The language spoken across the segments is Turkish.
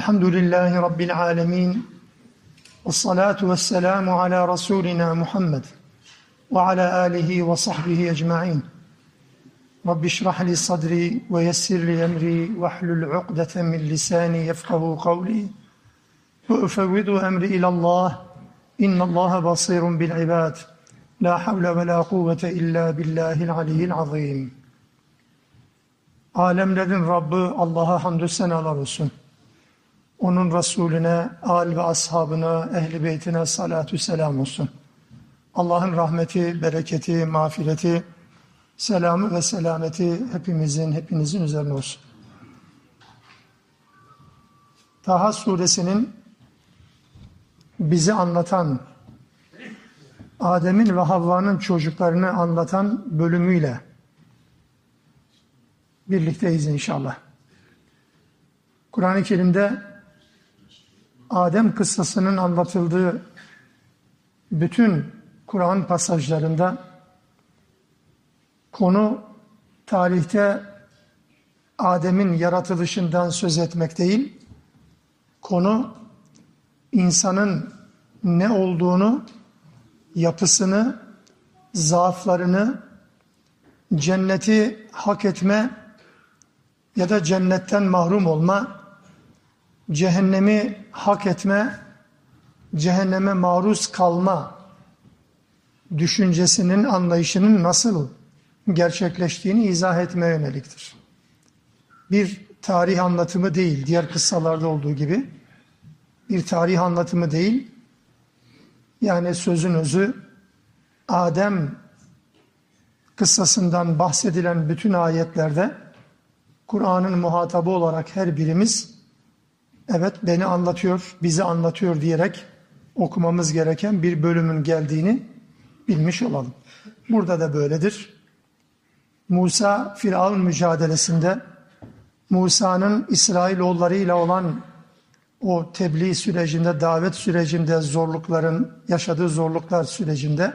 Elhamdülillahi Rabbil alemin. Vessalatu vesselamu ala Resulina Muhammed ve ala alihi ve sahbihi ecma'in. Rabbi şrah li sadri ve yessir li emri ve hlul uqdeten min lisani yefkahu kavli ve ufevvidu emri ilallah. İnnallaha basirun bil ibad. La havle ve la kuvvete illa billahil aliyyil azim. Alemlerin Rabbi Allah'a hamdü senalar olsun. Onun Resulüne, âl ve ashabına, ehl-i beytine salatü selam olsun. Allah'ın rahmeti, bereketi, mağfireti, selamı ve selameti hepinizin üzerine olsun. Taha suresinin bizi anlatan, Adem'in ve Havva'nın çocuklarını anlatan bölümüyle birlikteyiz inşallah. Kur'an-ı Kerim'de Adem kıssasının anlatıldığı bütün Kur'an pasajlarında konu tarihte Adem'in yaratılışından söz etmek değil, konu insanın ne olduğunu, yapısını, zaaflarını, cenneti hak etme ya da cennetten mahrum olma, cehennemi hak etme, cehenneme maruz kalma düşüncesinin, anlayışının nasıl gerçekleştiğini izah etmeye yöneliktir. Bir tarih anlatımı değil, diğer kıssalarda olduğu gibi bir tarih anlatımı değil, yani sözün özü Adem kıssasından bahsedilen bütün ayetlerde Kur'an'ın muhatabı olarak her birimiz evet beni anlatıyor, bizi anlatıyor diyerek okumamız gereken bir bölümün geldiğini bilmiş olalım. Burada da böyledir. Musa Firavun mücadelesinde Musa'nın İsrailoğullarıyla olan o tebliğ sürecinde, davet sürecinde, yaşadığı zorluklar sürecinde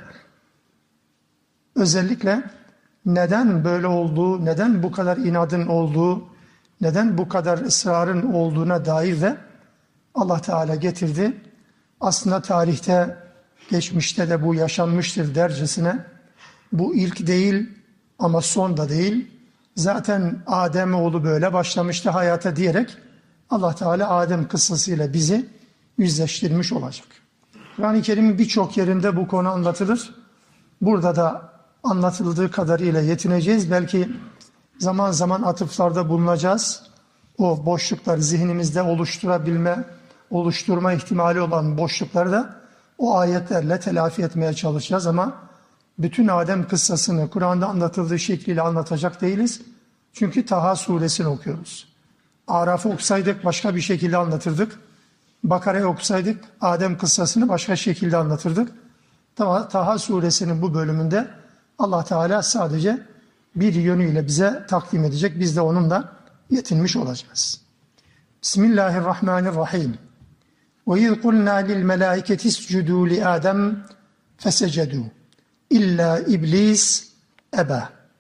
özellikle neden böyle olduğu, neden bu kadar inadın olduğu, neden bu kadar ısrarın olduğuna dair de Allah Teala getirdi. Aslında tarihte, geçmişte de bu yaşanmıştır dercesine. Bu ilk değil ama son da değil. Zaten Ademoğlu böyle başlamıştı hayata diyerek Allah Teala Adem kıssasıyla bizi yüzleştirmiş olacak. Kur'an-ı Kerim'in birçok yerinde bu konu anlatılır. Burada da anlatıldığı kadarıyla yetineceğiz. Belki zaman zaman atıflarda bulunacağız. O boşlukları zihnimizde oluşturma ihtimali olan boşlukları da o ayetlerle telafi etmeye çalışacağız ama bütün Adem kıssasını Kur'an'da anlatıldığı şekliyle anlatacak değiliz. Çünkü Taha suresini okuyoruz. Araf'ı okusaydık başka bir şekilde anlatırdık. Bakara'yı okusaydık Adem kıssasını başka şekilde anlatırdık. Taha suresinin bu bölümünde Allah Teala sadece bir yönüyle bize takdim edecek. Biz de onunla yetinmiş olacağız. Bismillahirrahmanirrahim. وَاِذْ قُلْنَا لِلْمَلَائِكَةِ اسْجُدُوا لِآدَمْ فَسَجَدُوا اِلَّا اِبْلِيسَ اَبَى.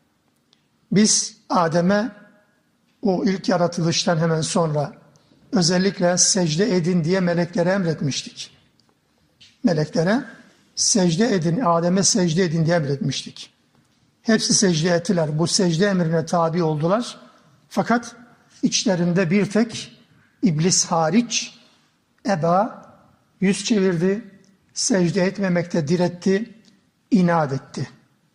Biz Adem'e o ilk yaratılıştan hemen sonra özellikle secde edin diye meleklere emretmiştik. Meleklere secde edin, Adem'e secde edin diye emretmiştik. Hepsi secde ettiler. Bu secde emrine tabi oldular. Fakat içlerinde bir tek iblis hariç eba yüz çevirdi, secde etmemekte diretti, inat etti.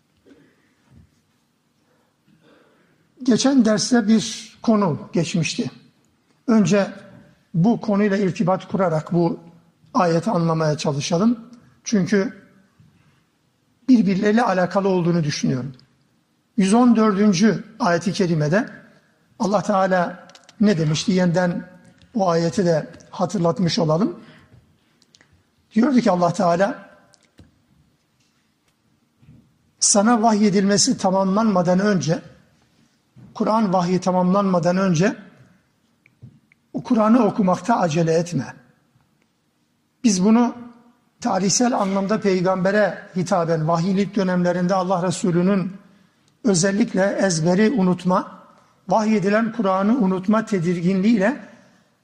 Geçen derste bir konu geçmişti. Önce bu konuyla irtibat kurarak bu ayeti anlamaya çalışalım. Çünkü birbirleriyle alakalı olduğunu düşünüyorum. 114. ayet-i kerimede Allah Teala ne demişti? Yeniden o ayeti de hatırlatmış olalım. Diyordu ki Allah Teala, sana vahyedilmesi tamamlanmadan önce, Kur'an vahyi tamamlanmadan önce o Kur'an'ı okumakta acele etme. Biz bunu tarihsel anlamda peygambere hitaben vahiylik dönemlerinde Allah Resulü'nün özellikle ezberi unutma, vahyedilen Kur'an'ı unutma tedirginliğiyle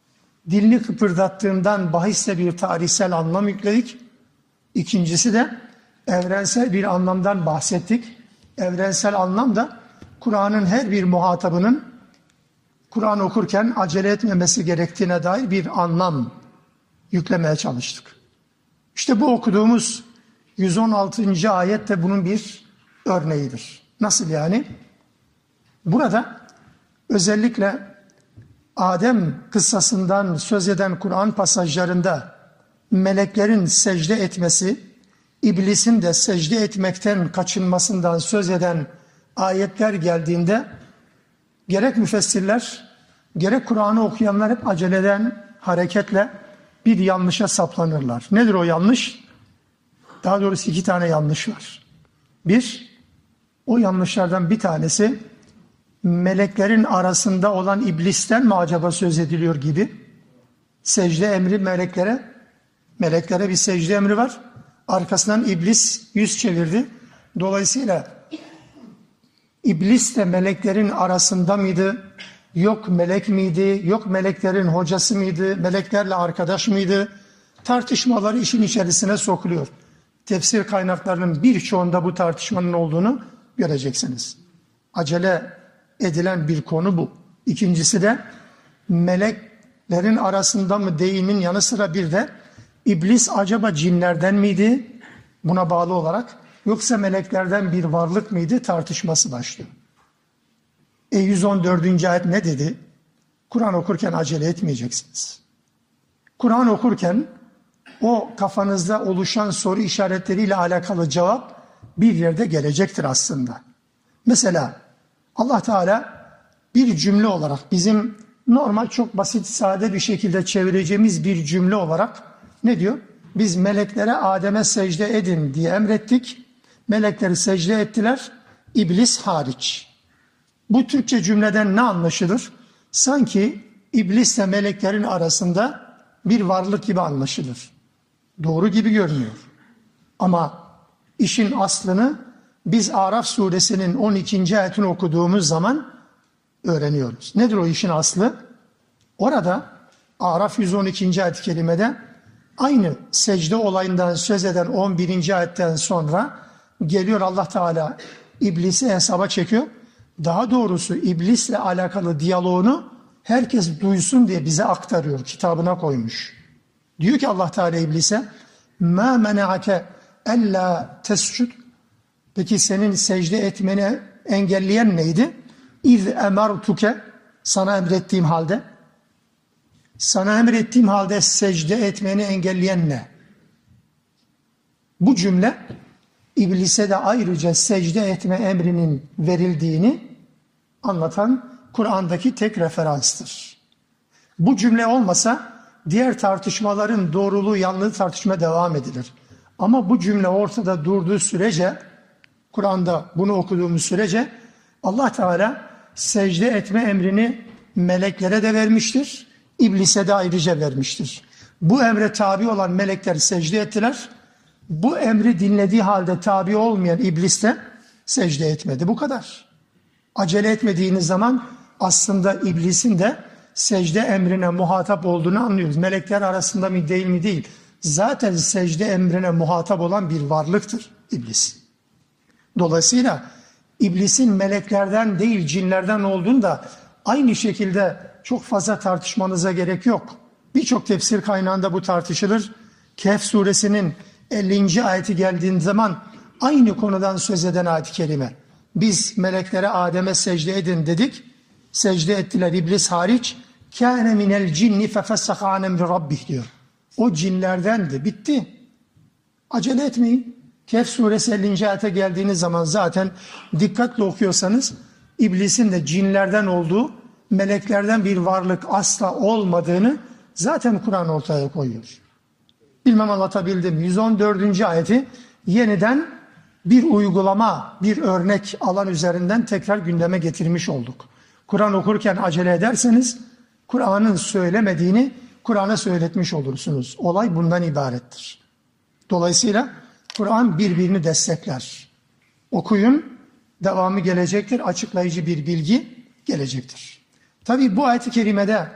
dilini kıpırdattığından bahisle bir tarihsel anlam yükledik. İkincisi de evrensel bir anlamdan bahsettik. Evrensel anlam da Kur'an'ın her bir muhatabının Kur'an okurken acele etmemesi gerektiğine dair bir anlam yüklemeye çalıştık. İşte bu okuduğumuz 116. ayet de bunun bir örneğidir. Nasıl yani? Burada özellikle Adem kıssasından söz eden Kur'an pasajlarında meleklerin secde etmesi, iblisin de secde etmekten kaçınmasından söz eden ayetler geldiğinde gerek müfessirler, gerek Kur'an'ı okuyanlar hep aceleden hareketle bir yanlışa saplanırlar. Nedir o yanlış? Daha doğrusu 2 tane yanlış var. Bir, o yanlışlardan bir tanesi meleklerin arasında olan iblisten mi acaba söz ediliyor gibi? Secde emri meleklere bir secde emri var. Arkasından iblis yüz çevirdi. Dolayısıyla iblis de meleklerin arasında mıydı? Yok melek miydi? Yok meleklerin hocası mıydı? Meleklerle arkadaş mıydı? Tartışmaları işin içerisine sokuluyor. Tefsir kaynaklarının birçoğunda bu tartışmanın olduğunu göreceksiniz. Acele edilen bir konu bu. İkincisi de meleklerin arasında mı deyimin yanı sıra bir de iblis acaba cinlerden miydi? Buna bağlı olarak yoksa meleklerden bir varlık mıydı tartışması başlıyor. 114. ayet ne dedi? Kur'an okurken acele etmeyeceksiniz. Kur'an okurken o kafanızda oluşan soru işaretleriyle alakalı cevap bir yerde gelecektir aslında. Mesela Allah Teala bir cümle olarak bizim normal çok basit sade bir şekilde çevireceğimiz bir cümle olarak ne diyor? Biz meleklere Adem'e secde edin diye emrettik. Melekleri secde ettiler, iblis hariç. Bu Türkçe cümleden ne anlaşılır? Sanki iblisle meleklerin arasında bir varlık gibi anlaşılır. Doğru gibi görünüyor. Ama işin aslını biz Araf suresinin 12. ayetini okuduğumuz zaman öğreniyoruz. Nedir o işin aslı? Orada Araf 112. ayet-i kerimede aynı secde olayından söz eden 11. ayetten sonra geliyor Allah Teala iblisi hesaba çekiyor. Daha doğrusu iblisle alakalı diyaloğunu herkes duysun diye bize aktarıyor, kitabına koymuş. Diyor ki Allah Teala iblise مَا مَنَعَكَ اَلَّا تَسْجُدْ Peki senin secde etmeni engelleyen neydi? اِذْ اَمَرْتُكَ Sana emrettiğim halde secde etmeni engelleyen ne? Bu cümle iblise de ayrıca secde etme emrinin verildiğini anlatan Kur'an'daki tek referanstır. Bu cümle olmasa diğer tartışmaların doğruluğu yanlılığı tartışma devam edilir. Ama bu cümle ortada durduğu sürece, Kur'an'da bunu okuduğumuz sürece Allah Teala secde etme emrini meleklere de vermiştir, iblise de ayrıca vermiştir. Bu emre tabi olan melekler secde ettiler. Bu emri dinlediği halde tabi olmayan iblis de secde etmedi. Bu kadar. Acele etmediğiniz zaman aslında iblisin de secde emrine muhatap olduğunu anlıyoruz. Melekler arasında mı değil mi değil. Zaten secde emrine muhatap olan bir varlıktır iblis. Dolayısıyla iblisin meleklerden değil cinlerden olduğunu da aynı şekilde çok fazla tartışmanıza gerek yok. Birçok tefsir kaynağında bu tartışılır. Kehf suresinin 50. ayeti geldiğin zaman aynı konudan söz eden ayet-i kerime. Biz meleklere Adem'e secde edin dedik. Secde ettiler iblis hariç. Kâne minel cinni fefessaka an emri rabbih diyor. O cinlerdendi. Bitti. Acele etmeyin. Kehf suresi 50. ayete geldiğiniz zaman zaten dikkatle okuyorsanız iblisin de cinlerden olduğu, meleklerden bir varlık asla olmadığını zaten Kur'an ortaya koyuyor. Bilmem anlatabildim. 114. ayeti yeniden bir uygulama, bir örnek alan üzerinden tekrar gündeme getirmiş olduk. Kur'an okurken acele ederseniz Kur'an'ın söylemediğini Kur'an'a söyletmiş olursunuz. Olay bundan ibarettir. Dolayısıyla Kur'an birbirini destekler. Okuyun, devamı gelecektir, açıklayıcı bir bilgi gelecektir. Tabii bu ayet-i kerimede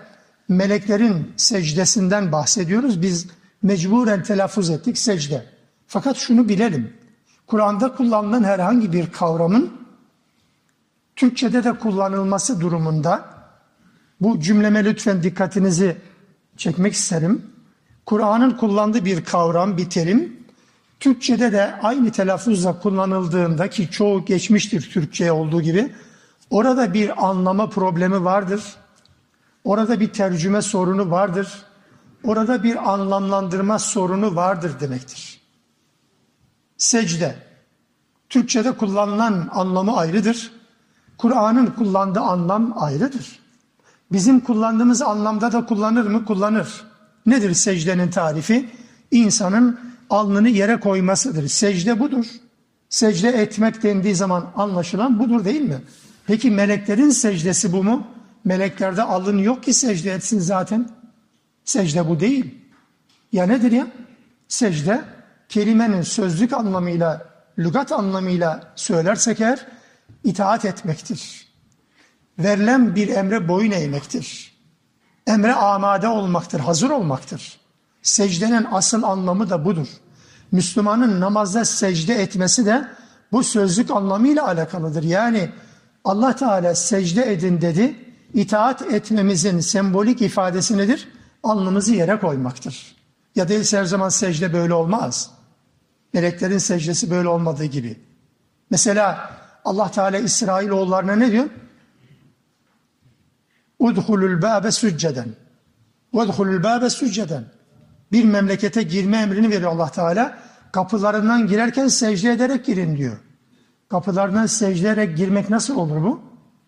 meleklerin secdesinden bahsediyoruz. Biz mecburen telaffuz ettik secde. Fakat şunu bilelim. Kur'an'da kullanılan herhangi bir kavramın Türkçe'de de kullanılması durumunda, bu cümleme lütfen dikkatinizi çekmek isterim. Kur'an'ın kullandığı bir kavram, bir terim, Türkçe'de de aynı telaffuzla kullanıldığında, ki çoğu geçmiştir Türkçe'ye olduğu gibi, orada bir anlama problemi vardır. Orada bir tercüme sorunu vardır. Orada bir anlamlandırma sorunu vardır demektir. Secde, Türkçe'de kullanılan anlamı ayrıdır. Kur'an'ın kullandığı anlam ayrıdır. Bizim kullandığımız anlamda da kullanır mı? Kullanır. Nedir secdenin tarifi? İnsanın alnını yere koymasıdır. Secde budur. Secde etmek dendiği zaman anlaşılan budur değil mi? Peki meleklerin secdesi bu mu? Meleklerde alın yok ki secde etsin zaten. Secde bu değil. Ya nedir ya? Secde, kelimenin sözlük anlamıyla, lügat anlamıyla söylersek eğer, itaat etmektir. Verilen bir emre boyun eğmektir. Emre amade olmaktır, hazır olmaktır. Secdenin asıl anlamı da budur. Müslümanın namazda secde etmesi de bu sözlük anlamıyla alakalıdır. Yani Allah Teala secde edin dedi, itaat etmemizin sembolik ifadesi nedir? Alnımızı yere koymaktır. Ya değilse her zaman secde böyle olmaz. Meleklerin secdesi böyle olmadığı gibi. Mesela Allah Teala İsrailoğullarına ne diyor? Udhulul bâbe sücceden. Udhulul bâbe sücceden. Bir memlekete girme emrini veriyor Allah Teala. Kapılarından girerken secde ederek girin diyor. Kapılarından secde ederek girmek nasıl olur bu?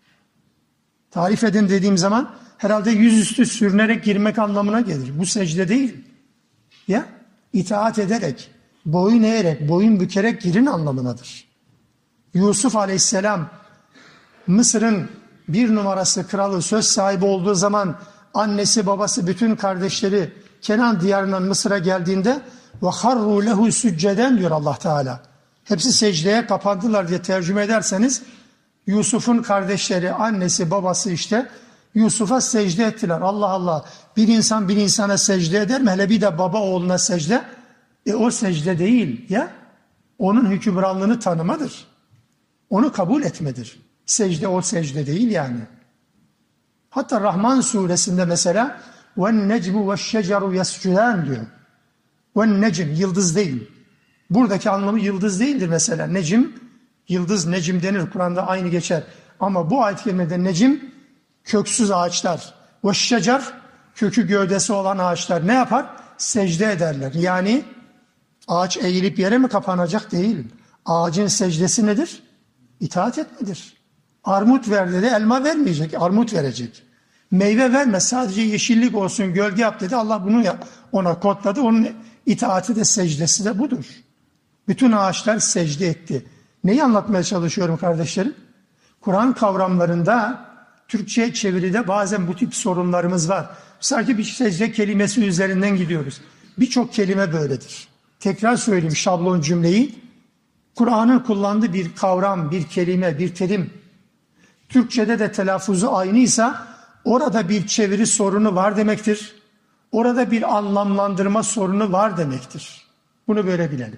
Tarif edin dediğim zaman herhalde yüzüstü sürünerek girmek anlamına gelir. Bu secde değil. Ya itaat ederek, boyun eğerek, boyun bükerek girin anlamındadır. Yusuf Aleyhisselam Mısır'ın bir numarası kralı, söz sahibi olduğu zaman annesi, babası, bütün kardeşleri Kenan diyarından Mısır'a geldiğinde وَخَرُّوا لَهُ sücceden diyor Allah Teala. Hepsi secdeye kapandılar diye tercüme ederseniz Yusuf'un kardeşleri, annesi, babası işte Yusuf'a secde ettiler. Allah Allah, bir insan bir insana secde eder mi? Hele bir de baba oğluna secde. O secde değil ya. Onun hükümranlığını tanımadır. Onu kabul etmedir. Secde o secde değil yani. Hatta Rahman suresinde mesela وَالنَّجْمُ وَالشَّجَرُ يَسْجُدَانِ diyor. وَالنَّجْم yıldız değil. Buradaki anlamı yıldız değildir mesela. Necim, yıldız necim denir. Kur'an'da aynı geçer. Ama bu ayet-i kerimede necim köksüz ağaçlar. وَالشَّجَرُ kökü gövdesi olan ağaçlar ne yapar? Secde ederler. Yani ağaç eğilip yere mi kapanacak? Değil. Ağacın secdesi nedir? İtaat etmedir. Armut ver dedi, elma vermeyecek, armut verecek. Meyve verme, sadece yeşillik olsun, gölge yap dedi. Allah bunu ona kodladı. Onun itaati de secdesi de budur. Bütün ağaçlar secde etti. Neyi anlatmaya çalışıyorum kardeşlerim? Kur'an kavramlarında, Türkçe çeviride bazen bu tip sorunlarımız var. Sadece bir secde kelimesi üzerinden gidiyoruz. Birçok kelime böyledir. Tekrar söyleyeyim şablon cümleyi. Kur'an'ın kullandığı bir kavram, bir kelime, bir terim, Türkçe'de de telaffuzu aynıysa orada bir çeviri sorunu var demektir. Orada bir anlamlandırma sorunu var demektir. Bunu böyle bilelim.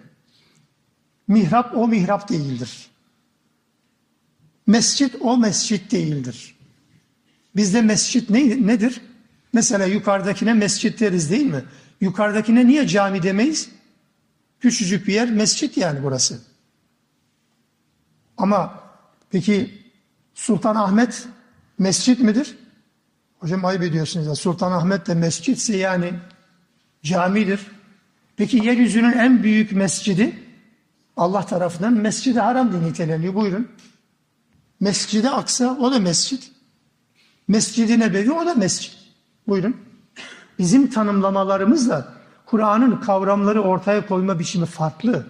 Mihrap o mihrap değildir. Mescit o mescit değildir. Bizde mescit nedir? Mesela yukarıdakine mescit deriz değil mi? Yukarıdakine niye cami demeyiz? Küçücük bir yer, mescit yani burası. Ama peki Sultanahmet mescit midir? Hocam ayıp ediyorsunuz ya. Sultanahmet de mescitse yani camidir. Peki yeryüzünün en büyük mescidi Allah tarafından Mescid-i Haram diye niteleniyor. Buyurun. Mescid-i Aksa o da mescit. Mescid-i Nebevi o da mescit. Buyurun. Bizim tanımlamalarımızla Kur'an'ın kavramları ortaya koyma biçimi farklı.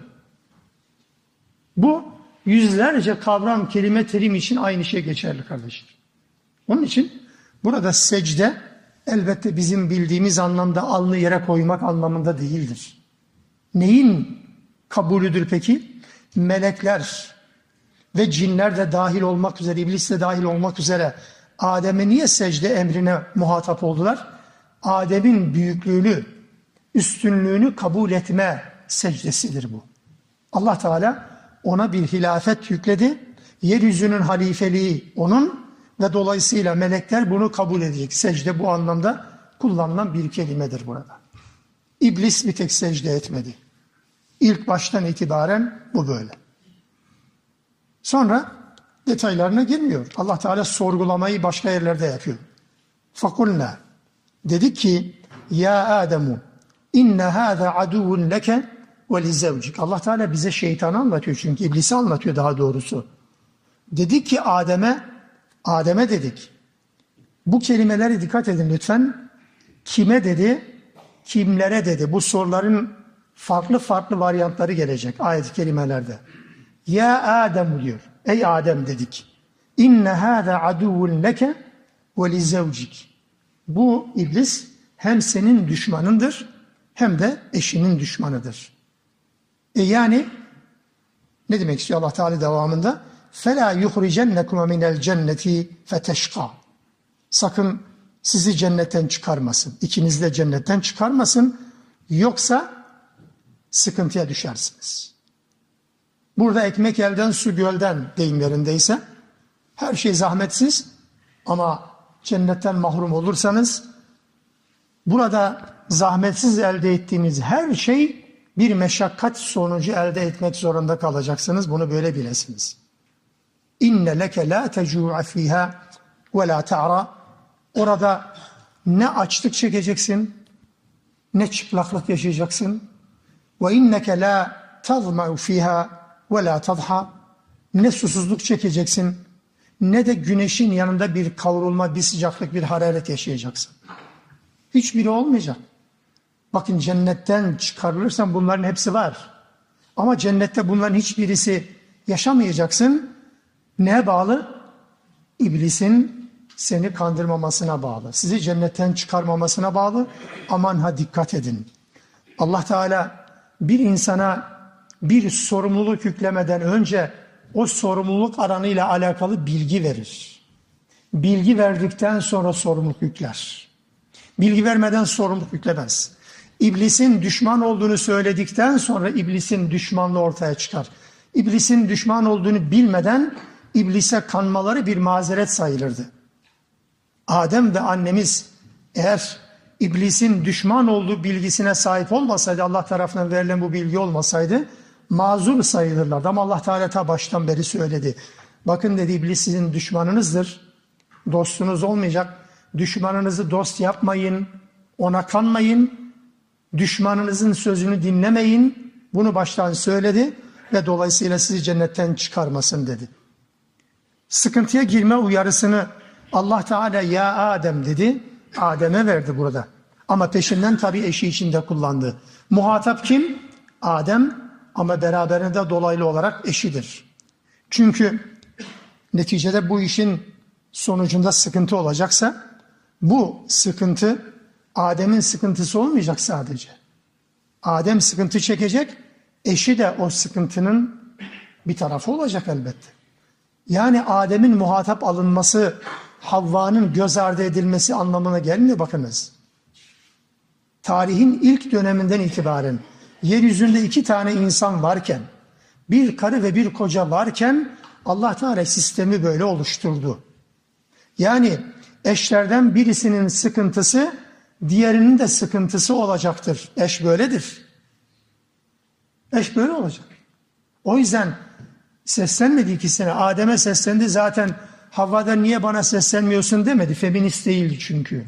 Bu yüzlerce kavram, kelime, terim için aynı şey geçerli kardeşler. Onun için burada secde elbette bizim bildiğimiz anlamda alnı yere koymak anlamında değildir. Neyin kabulüdür peki? Melekler ve cinler de dahil olmak üzere, iblis de dahil olmak üzere Adem'e niye secde emrine muhatap oldular? Adem'in büyüklüğünü, üstünlüğünü kabul etme secdesidir bu. Allah Teala ona bir hilafet yükledi. Yeryüzünün halifeliği onun ve dolayısıyla melekler bunu kabul edecek. Secde bu anlamda kullanılan bir kelimedir burada. İblis bir tek secde etmedi. İlk baştan itibaren bu böyle. Sonra detaylarına girmiyor. Allah Teala sorgulamayı başka yerlerde yapıyor. Fakulna, dedi ki ya Ademu inne hâzâ aduvun leke ve li zevcik. Allah Teala bize şeytanı anlatıyor çünkü iblisi anlatıyor daha doğrusu. Dedi ki Adem'e dedik. Bu kelimelere dikkat edin lütfen. Kime dedi, kimlere dedi. Bu soruların farklı farklı varyantları gelecek ayet-i kerimelerde. Ya Adem diyor. Ey Adem dedik. İnne hâzâ aduvun leke ve li zevcik. Bu iblis hem senin düşmanındır hem de eşinin düşmanıdır. Yani ne demek istiyor Allah Teala devamında? فَلَا يُخْرِجَنَّكُمَ مِنَ الْجَنَّةِ فَتَشْقَى. Sakın sizi cennetten çıkarmasın. İkinizi de cennetten çıkarmasın. Yoksa sıkıntıya düşersiniz. Burada ekmek elden su gölden deyimlerindeyse her şey zahmetsiz ama cennetten mahrum olursanız burada zahmetsiz elde ettiğiniz her şey bir meşakkat sonucu elde etmek zorunda kalacaksınız. Bunu böyle bilesiniz. İnne leke la tecu'a fiha ve la ta'ra. Orada ne açlık çekeceksin, ne çıplaklık yaşayacaksın. Ve inneke la tazma'u fiha ve la tadha. Ne susuzluk çekeceksin, ne de güneşin yanında bir kavrulma, bir sıcaklık, bir hararet yaşayacaksın. Hiçbiri olmayacak. Bakın cennetten çıkarılırsan bunların hepsi var. Ama cennette bunların hiçbirisi yaşamayacaksın. Neye bağlı? İblisin seni kandırmamasına bağlı. Sizi cennetten çıkarmamasına bağlı. Aman ha dikkat edin. Allah Teala bir insana bir sorumluluk yüklemeden önce o sorumluluk alanıyla alakalı bilgi verir. Bilgi verdikten sonra sorumluluk yükler. Bilgi vermeden sorumluluk yüklemez. İblisin düşman olduğunu söyledikten sonra iblisin düşmanlığı ortaya çıkar. İblisin düşman olduğunu bilmeden iblise kanmaları bir mazeret sayılırdı. Adem ve annemiz eğer iblisin düşman olduğu bilgisine sahip olmasaydı, Allah tarafından verilen bu bilgi olmasaydı mazur sayılırlardı. Ama Allah Teala ta baştan beri söyledi. Bakın dedi, iblis sizin düşmanınızdır. Dostunuz olmayacak. Düşmanınızı dost yapmayın. Ona kanmayın. Düşmanınızın sözünü dinlemeyin. Bunu baştan söyledi ve dolayısıyla sizi cennetten çıkarmasın dedi. Sıkıntıya girme uyarısını Allah Teala ya Adem dedi. Adem'e verdi burada. Ama peşinden tabii eşi içinde kullandı. Muhatap kim? Adem, ama beraberinde dolaylı olarak eşidir. Çünkü neticede bu işin sonucunda sıkıntı olacaksa bu sıkıntı Adem'in sıkıntısı olmayacak sadece. Adem sıkıntı çekecek, eşi de o sıkıntının bir tarafı olacak elbette. Yani Adem'in muhatap alınması, Havva'nın göz ardı edilmesi anlamına gelmiyor bakınız. Tarihin ilk döneminden itibaren yeryüzünde 2 tane insan varken, bir karı ve bir koca varken Allah Teala sistemi böyle oluşturdu. Yani eşlerden birisinin sıkıntısı diğerinin de sıkıntısı olacaktır. Eş böyledir. Eş böyle olacak. O yüzden seslenmedi ikisine. Adem'e seslendi, zaten Havva'da niye bana seslenmiyorsun demedi. Feminist değildi çünkü.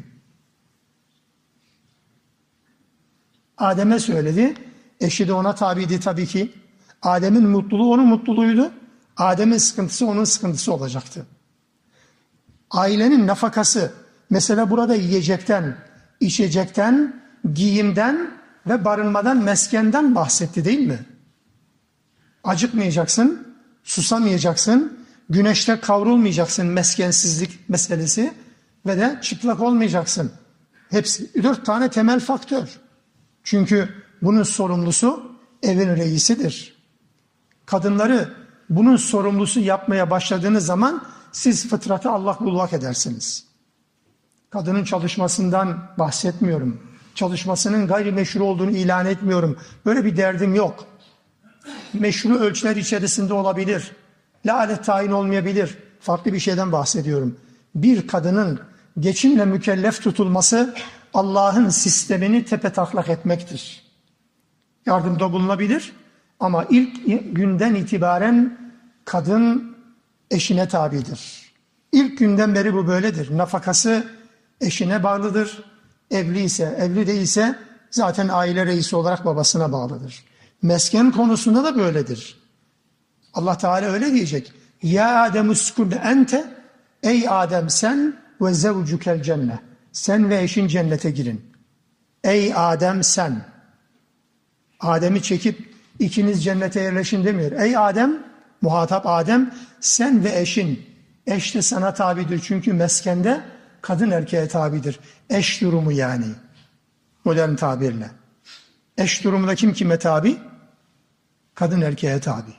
Adem'e söyledi. Eşi de ona tabiydi tabii ki. Adem'in mutluluğu onun mutluluğuydu. Adem'in sıkıntısı onun sıkıntısı olacaktı. Ailenin nafakası, mesela burada yiyecekten, içecekten, giyimden ve barınmadan, meskenden bahsetti değil mi? Acıkmayacaksın, susamayacaksın, güneşte kavrulmayacaksın, meskensizlik meselesi ve de çıplak olmayacaksın. Hepsi 4 tane temel faktör. Çünkü bunun sorumlusu evin reisidir. Kadınları bunun sorumlusu yapmaya başladığınız zaman siz fıtratı allak bullak edersiniz. Kadının çalışmasından bahsetmiyorum. Çalışmasının gayrimeşru olduğunu ilan etmiyorum. Böyle bir derdim yok. Meşru ölçüler içerisinde olabilir. Laalet tayin olmayabilir. Farklı bir şeyden bahsediyorum. Bir kadının geçimle mükellef tutulması Allah'ın sistemini tepetaklak etmektir. Yardımda bulunabilir ama ilk günden itibaren kadın eşine tabidir. İlk günden beri bu böyledir. Nafakası eşine bağlıdır. Evli ise, evli değilse zaten aile reisi olarak babasına bağlıdır. Mesken konusunda da böyledir. Allah Teala öyle diyecek. Ya Adem uskun ente, ey Adem sen ve zevcukel cennet. Sen ve eşin cennete girin. Ey Adem sen. Adem'i çekip ikiniz cennete yerleşin demiyor. Ey Adem, muhatap Adem, sen ve eşin. Eş de sana tabidir çünkü meskende kadın erkeğe tabidir. Eş durumu yani. Modern tabirle. Eş durumunda kim kime tabi? Kadın erkeğe tabi.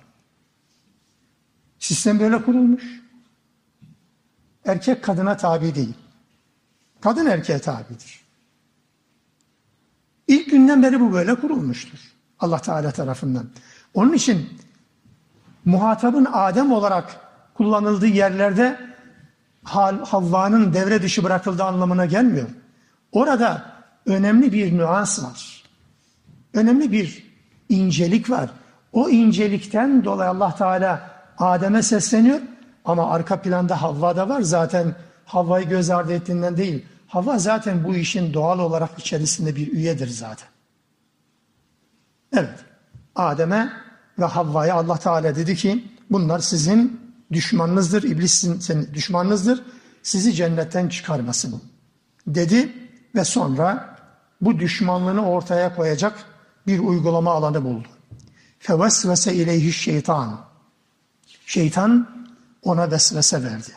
Sistem böyle kurulmuş. Erkek kadına tabi değil. Kadın erkeğe tabidir. İlk günden beri bu böyle kurulmuştur. Allah Teala tarafından. Onun için muhatabın Adem olarak kullanıldığı yerlerde Havva'nın devre dışı bırakıldığı anlamına gelmiyor. Orada önemli bir nüans var. Önemli bir incelik var. O incelikten dolayı Allah Teala Adem'e sesleniyor ama arka planda Havva da var. Zaten Havva'yı göz ardı ettiğinden değil. Havva zaten bu işin doğal olarak içerisinde bir üyedir zaten. Evet. Adem'e ve Havva'ya Allah Teala dedi ki bunlar sizin düşmanınızdır. İblis senin düşmanınızdır. Sizi cennetten çıkarmasın dedi ve sonra bu düşmanlığını ortaya koyacak bir uygulama alanı buldu. Fevesvese ileyhi şeytan. Şeytan ona vesvese verdi.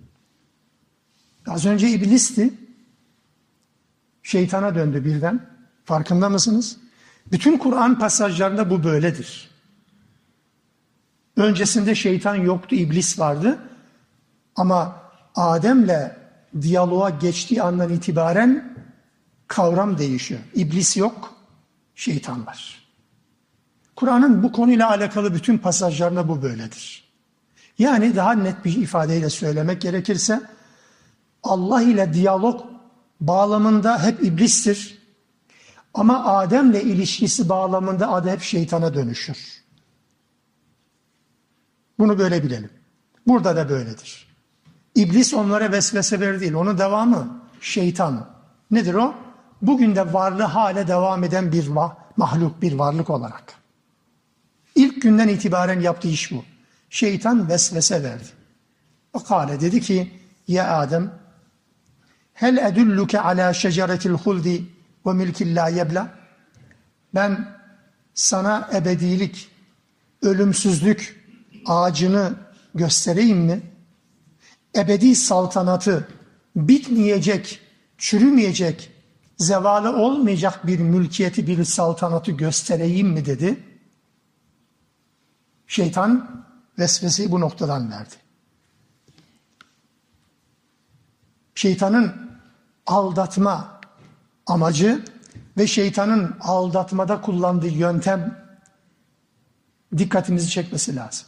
Az önce iblisti. Şeytana döndü birden. Farkında mısınız? Bütün Kur'an pasajlarında bu böyledir. Öncesinde şeytan yoktu, iblis vardı. Ama Adem'le diyaloğa geçtiği andan itibaren kavram değişiyor. İblis yok, şeytan var. Kur'an'ın bu konuyla alakalı bütün pasajlarında bu böyledir. Yani daha net bir ifadeyle söylemek gerekirse Allah ile diyalog bağlamında hep iblistir. Ama Adem'le ilişkisi bağlamında adı hep şeytana dönüşür. Bunu böyle bilelim. Burada da böyledir. İblis onlara vesvese verir değil. Onun devamı şeytan. Nedir o? Bugün de varlığı hale devam eden bir mahluk, bir varlık olarak. İlk günden itibaren yaptığı iş bu. Şeytan vesvese verdi. O kâle dedi ki ya Adem hel edulluke ala şeceretil huldi ve milkin la yebla. Ben sana ebedilik, ölümsüzlük ağacını göstereyim mi? Ebedi saltanatı, bitmeyecek, çürümeyecek, zevalı olmayacak bir mülkiyeti, bir saltanatı göstereyim mi dedi. Şeytan vesveseyi bu noktadan verdi. Şeytanın aldatma amacı ve şeytanın aldatmada kullandığı yöntem dikkatimizi çekmesi lazım.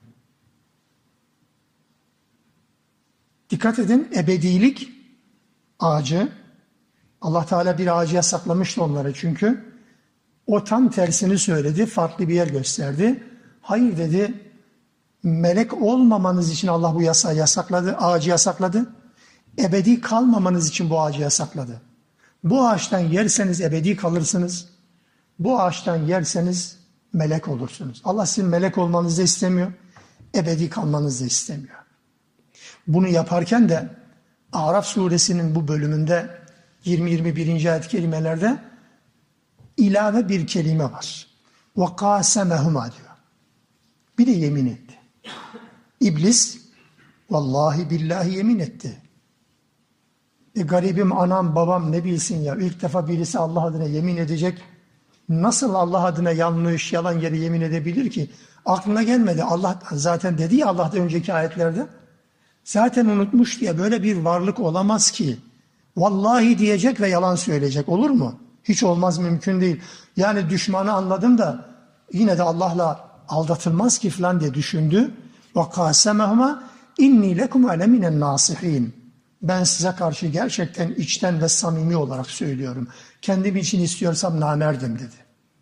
Dikkat edin, ebedilik ağacı, Allah Teala bir ağacı yasaklamıştı onlara çünkü. O tam tersini söyledi, farklı bir yer gösterdi. Hayır dedi, melek olmamanız için Allah bu yasağı yasakladı, ağacı yasakladı. Ebedi kalmamanız için bu ağacı yasakladı. Bu ağaçtan yerseniz ebedi kalırsınız. Bu ağaçtan yerseniz melek olursunuz. Allah sizin melek olmanızı da istemiyor, ebedi kalmanızı da istemiyor. Bunu yaparken de Araf suresinin bu bölümünde 20-21. ayet kelimelerde ilave bir kelime var. وَقَاسَمَهُمَا diyor. Bir de yemin etti. İblis vallahi billahi yemin etti. Garibim anam babam ne bilsin ya, ilk defa birisi Allah adına yemin edecek. Nasıl Allah adına yanlış yalan yere yemin edebilir ki? Aklına gelmedi. Allah zaten dedi ya Allah'ta önceki ayetlerde. Zaten unutmuş diye böyle bir varlık olamaz ki. Vallahi diyecek ve yalan söyleyecek. Olur mu? Hiç olmaz, mümkün değil. Yani düşmanı anladım da yine de Allah'la aldatılmaz ki falan diye düşündü. وَقَاسَمَهُمَا اِنِّي لَكُمْ عَلَمِنَ النَّاصِحِينَ. Ben size karşı gerçekten içten ve samimi olarak söylüyorum. Kendim için istiyorsam namerdim dedi.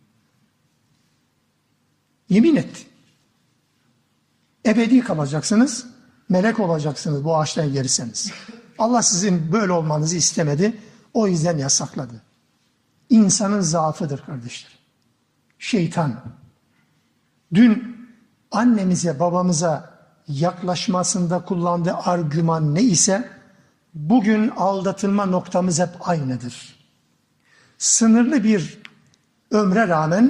Yemin etti. Ebedi kalacaksınız, melek olacaksınız bu ağaçtan yerseniz. Allah sizin böyle olmanızı istemedi, o yüzden yasakladı. İnsanın zaafıdır kardeşler. Şeytan. Dün annemize, babamıza yaklaşmasında kullandığı argüman ne ise, bugün aldatılma noktamız hep aynıdır. Sınırlı bir ömre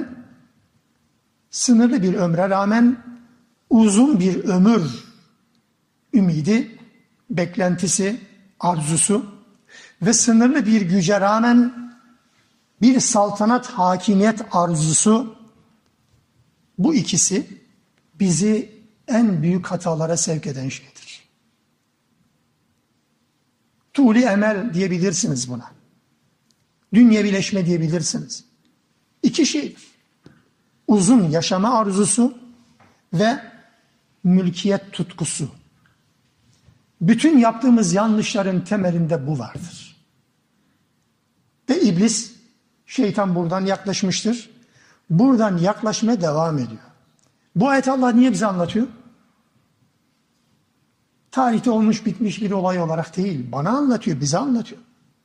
rağmen uzun bir ömür ümidi, beklentisi, arzusu ve sınırlı bir güce rağmen bir saltanat, hakimiyet arzusu, bu ikisi bizi en büyük hatalara sevk eden şeydir. Tuli emel diyebilirsiniz buna. Dünyevileşme diyebilirsiniz. İki şeydir. Uzun yaşama arzusu ve mülkiyet tutkusu. Bütün yaptığımız yanlışların temelinde bu vardır. Ve iblis, şeytan buradan yaklaşmıştır. Buradan yaklaşmaya devam ediyor. Bu ayet Allah niye bize anlatıyor? Tarihte olmuş bitmiş bir olay olarak değil, bana anlatıyor, bize anlatıyor.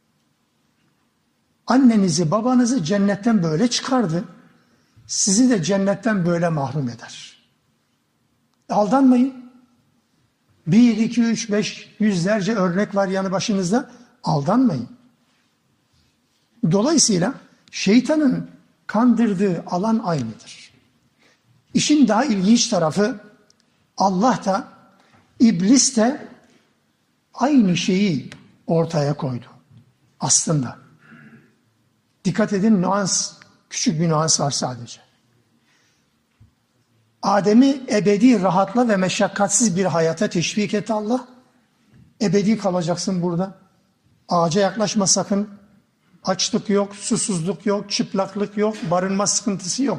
Annenizi, babanızı cennetten böyle çıkardı. Sizi de cennetten böyle mahrum eder. Aldanmayın. 1, 2, 3, 5 yüzlerce örnek var yanı başınızda. Aldanmayın. Dolayısıyla şeytanın kandırdığı alan aynıdır. İşin daha ilginç tarafı, Allah da iblis de aynı şeyi ortaya koydu. Aslında. Dikkat edin, küçük bir nüans var sadece. Adem'i ebedi rahatla ve meşakkatsiz bir hayata teşvik etti Allah. Ebedi kalacaksın burada. Ağaca yaklaşma sakın. Açlık yok, susuzluk yok, çıplaklık yok, barınma sıkıntısı yok.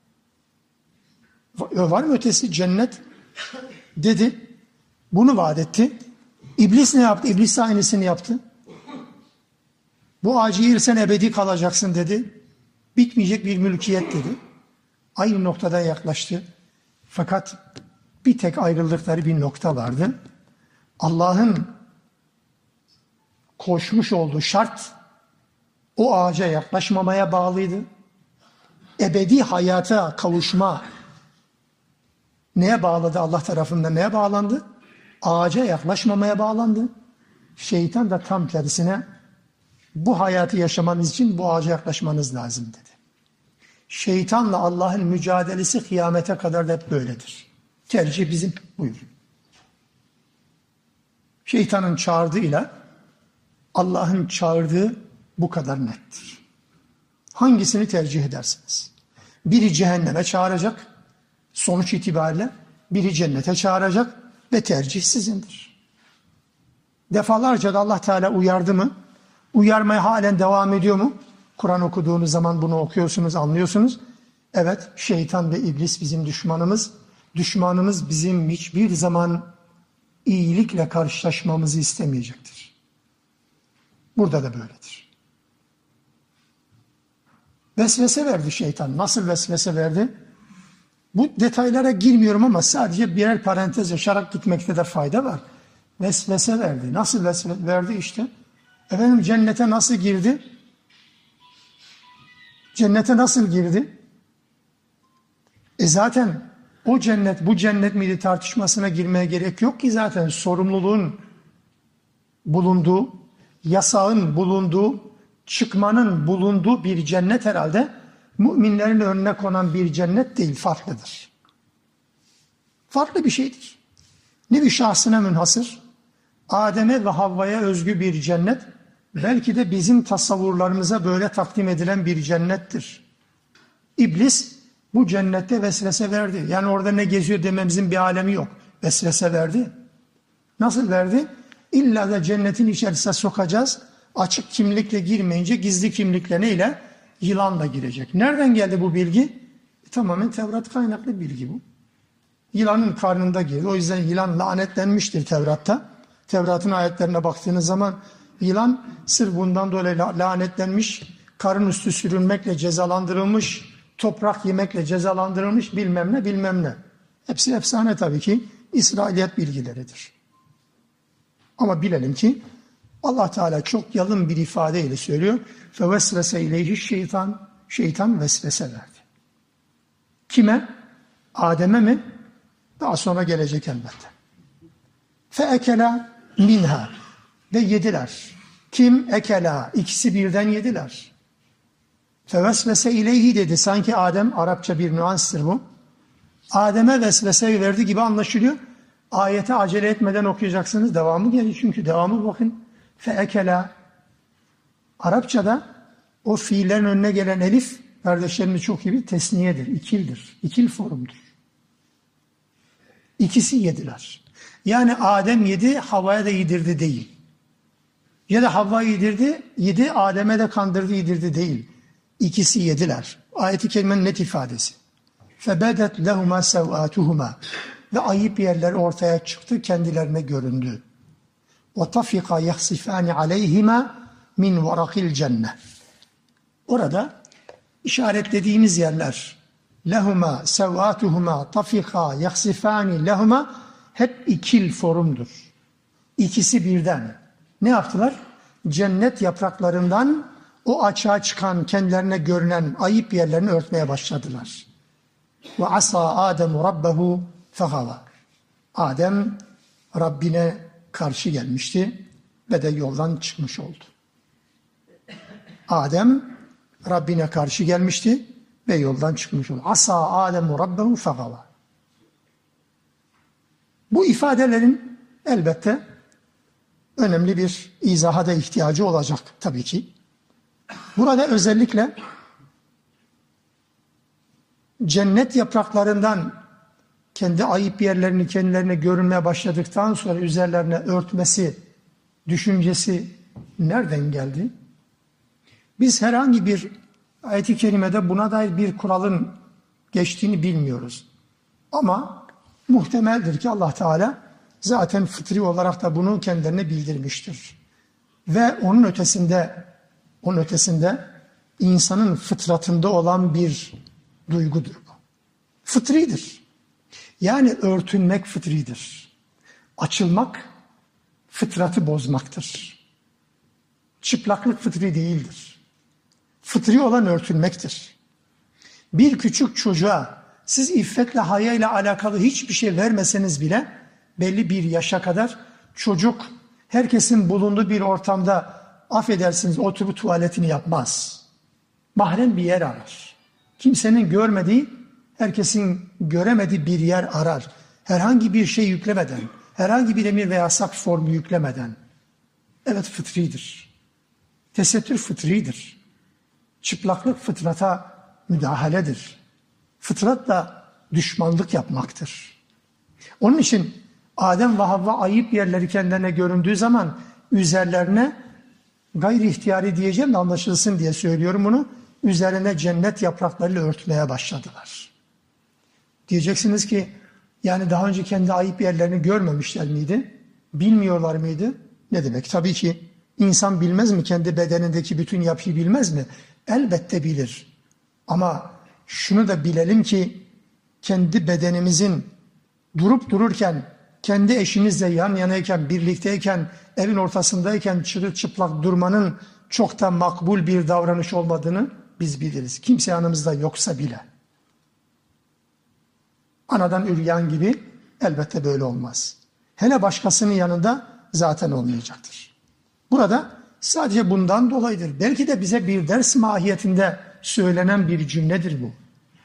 Var mı ötesi? Cennet dedi. Bunu vaat etti. İblis ne yaptı? İblis de aynısını yaptı. Bu ağacı yersen ebedi kalacaksın dedi. Bitmeyecek bir mülkiyet dedi. Aynı noktadan yaklaştı. Fakat bir tek ayrıldıkları bir nokta vardı. Allah'ın koşmuş olduğu şart o ağaca yaklaşmamaya bağlıydı. Ebedi hayata kavuşma neye bağladı Allah tarafından? Neye bağlandı? Ağaca yaklaşmamaya bağlandı. Şeytan da tam tersine bu hayatı yaşamanız için bu ağaca yaklaşmanız lazım dedi. Şeytanla Allah'ın mücadelesi kıyamete kadar da hep böyledir. Tercih bizim. Buyurun. Şeytanın çağırdığıyla Allah'ın çağırdığı bu kadar nettir. Hangisini tercih edersiniz? Biri cehenneme çağıracak, sonuç itibariyle biri cennete çağıracak ve tercih sizindir. Defalarca da Allah Teala uyardı mı? Uyarmaya halen devam ediyor mu? Kur'an okuduğunuz zaman bunu okuyorsunuz, anlıyorsunuz. Evet, şeytan ve iblis bizim düşmanımız. Düşmanımız bizim hiçbir zaman iyilikle karşılaşmamızı istemeyecektir. Burada da böyledir. Vesvese verdi şeytan. Nasıl vesvese verdi? Bu detaylara girmiyorum ama sadece birer parantez yaşarak gitmekte de fayda var. Vesvese verdi. Nasıl vesvese verdi işte? Efendim cennete nasıl girdi? Cennete nasıl girdi? Zaten o cennet bu cennet miydi tartışmasına girmeye gerek yok ki zaten sorumluluğun bulunduğu, yasağın bulunduğu, çıkmanın bulunduğu bir cennet herhalde müminlerin önüne konan bir cennet değil, farklıdır. Farklı bir şeydir. Nevi şahsına münhasır, Adem'e ve Havva'ya özgü bir cennet, belki de bizim tasavvurlarımıza böyle takdim edilen bir cennettir. İblis bu cennette vesvese verdi. Yani orada ne geziyor dememizin bir alemi yok. Vesvese verdi. Nasıl verdi? İlla da cennetin içerisine sokacağız. Açık kimlikle girmeyince gizli kimlikle neyle? Yılanla girecek. Nereden geldi bu bilgi? Tamamen Tevrat kaynaklı bilgi bu. Yılanın karnında girdi. O yüzden yılan lanetlenmiştir Tevrat'ta. Tevrat'ın ayetlerine baktığınız zaman yılan sırf bundan dolayı lanetlenmiş, karın üstü sürünmekle cezalandırılmış, toprak yemekle cezalandırılmış, bilmem ne bilmem ne. Hepsi efsane tabii ki, İsrailiyet bilgileridir. Ama bilelim ki Allah Teala çok yalın bir ifadeyle söylüyor. فَوَسْوَسَ اِلَيْهِ şeytan, şeytan vesvese verdi. Kime? Adem'e mi? Daha sonra gelecek elbette. فَاَكَلَا minha ve yediler. Kim? Ekela. İkisi birden yediler. فَوَسْوَسَ اِلَيْهِ dedi. Sanki Adem, Arapça bir nüanstır bu. Adem'e vesvese verdi gibi anlaşılıyor. Ayete acele etmeden okuyacaksınız. Devamı gelir çünkü. Devamı bakın. فَاَكَلَا. Arapçada o fiillerin önüne gelen elif, kardeşlerimiz çok iyi bilir, tesniyedir, ikildir. İkil formdur. İkisi yediler. Yani Adem yedi, Havva'ya da yedirdi değil. Ya da Havva yedirdi, yedi, Adem'e de kandırdı, yedirdi değil. İkisi yediler. Ayet-i kerimenin net ifadesi. فَبَدَتْ لَهُمَا سَوْآتُهُمَا. Ve ayıp yerler ortaya çıktı, kendilerine göründü. وَطَفِقَ يَخْصِفَانِ عَلَيْهِمَا مِنْ وَرَقِ الْجَنَّةِ. Orada işaretlediğimiz yerler, lehuma sevatuhuma tafika yaksifani lehuma, hep ikil forumdur. İkisi birden. Ne yaptılar? Cennet yapraklarından o açığa çıkan, kendilerine görünen ayıp yerlerini örtmeye başladılar. Ve asa Ademu rabbehu fegava. Adem Rabbine karşı gelmişti ve de yoldan çıkmış oldu. Adem Rabbine karşı gelmişti ve yoldan çıkmış oldu. Asa Ademu rabbehu fegava. Bu ifadelerin elbette önemli bir izaha da ihtiyacı olacak tabii ki. Burada özellikle cennet yapraklarından kendi ayıp yerlerini kendilerine görünmeye başladıktan sonra üzerlerine örtmesi düşüncesi nereden geldi? Biz herhangi bir ayet-i kerimede buna dair bir kuralın geçtiğini bilmiyoruz. Ama muhtemeldir ki Allah Teala zaten fıtri olarak da bunu kendilerine bildirmiştir. Ve onun ötesinde insanın fıtratında olan bir duygudur bu. Fıtridir. Yani örtünmek fıtridir. Açılmak fıtratı bozmaktır. Çıplaklık fıtri değildir. Fıtri olan örtünmektir. Bir küçük çocuğa siz iffetle, hayayla alakalı hiçbir şey vermeseniz bile belli bir yaşa kadar çocuk herkesin bulunduğu bir ortamda affedersiniz oturup tuvaletini yapmaz. Mahrem bir yer arar. Kimsenin görmediği, herkesin göremediği bir yer arar. Herhangi bir şey yüklemeden, herhangi bir emir veya yasak formu yüklemeden. Evet, fıtridir. Tesettür fıtridir. Çıplaklık fıtrata müdahaledir. Fıtratla düşmanlık yapmaktır. Onun için Adem ve Havva ayıp yerleri kendilerine göründüğü zaman üzerlerine gayri ihtiyari diyeceğim de anlaşılsın diye söylüyorum bunu. Üzerine cennet yapraklarıyla örtmeye başladılar. Diyeceksiniz ki yani daha önce kendi ayıp yerlerini görmemişler miydi? Bilmiyorlar mıydı? Ne demek? Tabii ki insan bilmez mi? Kendi bedenindeki bütün yapıyı bilmez mi? Elbette bilir. Ama şunu da bilelim ki kendi bedenimizin durup dururken, kendi eşimizle yan yanayken, birlikteyken, evin ortasındayken çırılçıplak durmanın çok da makbul bir davranış olmadığını biz biliriz. Kimse yanımızda yoksa bile. Anadan üryan gibi elbette böyle olmaz. Hele başkasının yanında zaten olmayacaktır. Burada sadece bundan dolayıdır. Belki de bize bir ders mahiyetinde söylenen bir cümledir bu.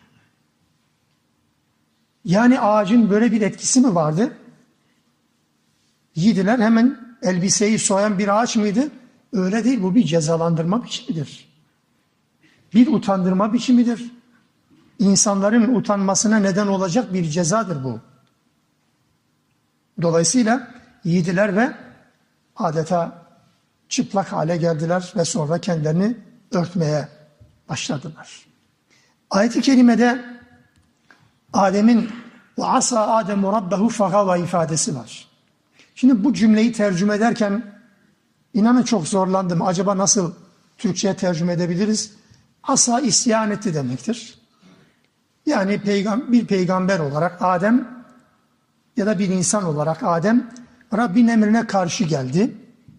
Yani ağacın böyle bir etkisi mi vardı? Yediler, hemen elbiseyi soyan bir ağaç mıydı? Öyle değil, bu bir cezalandırma biçimidir. Bir utandırma biçimidir. İnsanların utanmasına neden olacak bir cezadır bu. Dolayısıyla yediler ve adeta çıplak hale geldiler ve sonra kendilerini örtmeye başladılar. Ayet-i kerimede Adem'in ve asa Ademu rabbehu fagava ifadesi var. Şimdi bu cümleyi tercüme ederken inanın çok zorlandım. Acaba nasıl Türkçe'ye tercüme edebiliriz? Asa isyan etti demektir. Yani bir peygamber olarak Adem ya da bir insan olarak Adem Rabbin emrine karşı geldi.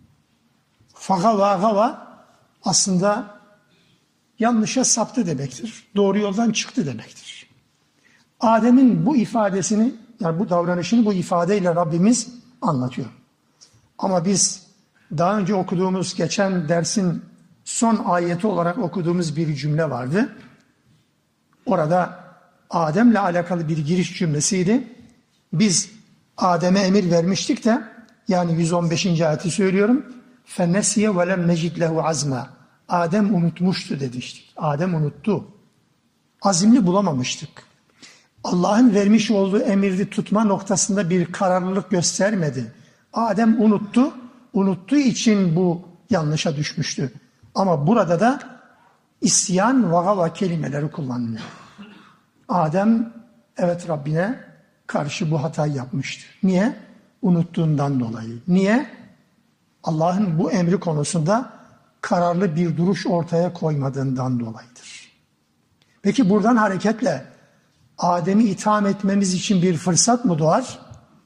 Fagava aslında yanlışa saptı demektir. Doğru yoldan çıktı demektir. Adem'in bu ifadesini, yani bu davranışını bu ifadeyle Rabbimiz anlatıyor. Ama biz daha önce okuduğumuz, geçen dersin son ayeti olarak okuduğumuz bir cümle vardı. Orada Adem'le alakalı bir giriş cümlesiydi. Biz Adem'e emir vermiştik de, yani 115. ayeti söylüyorum. فَنَسِيَ وَلَمْ نَجِدْ لَهُ عَزْمًا Adem unutmuştu demiştik. Adem unuttu. Azimli bulamamıştık. Allah'ın vermiş olduğu emirli tutma noktasında bir kararlılık göstermedi. Adem unuttu. Unuttuğu için bu yanlışa düşmüştü. Ama burada da isyan ve gava kelimeleri kullanılıyor. Adem evet Rabbine karşı bu hatayı yapmıştı. Niye? Unuttuğundan dolayı. Niye? Allah'ın bu emri konusunda kararlı bir duruş ortaya koymadığından dolayıdır. Peki buradan hareketle Adem'i itham etmemiz için bir fırsat mı doğar?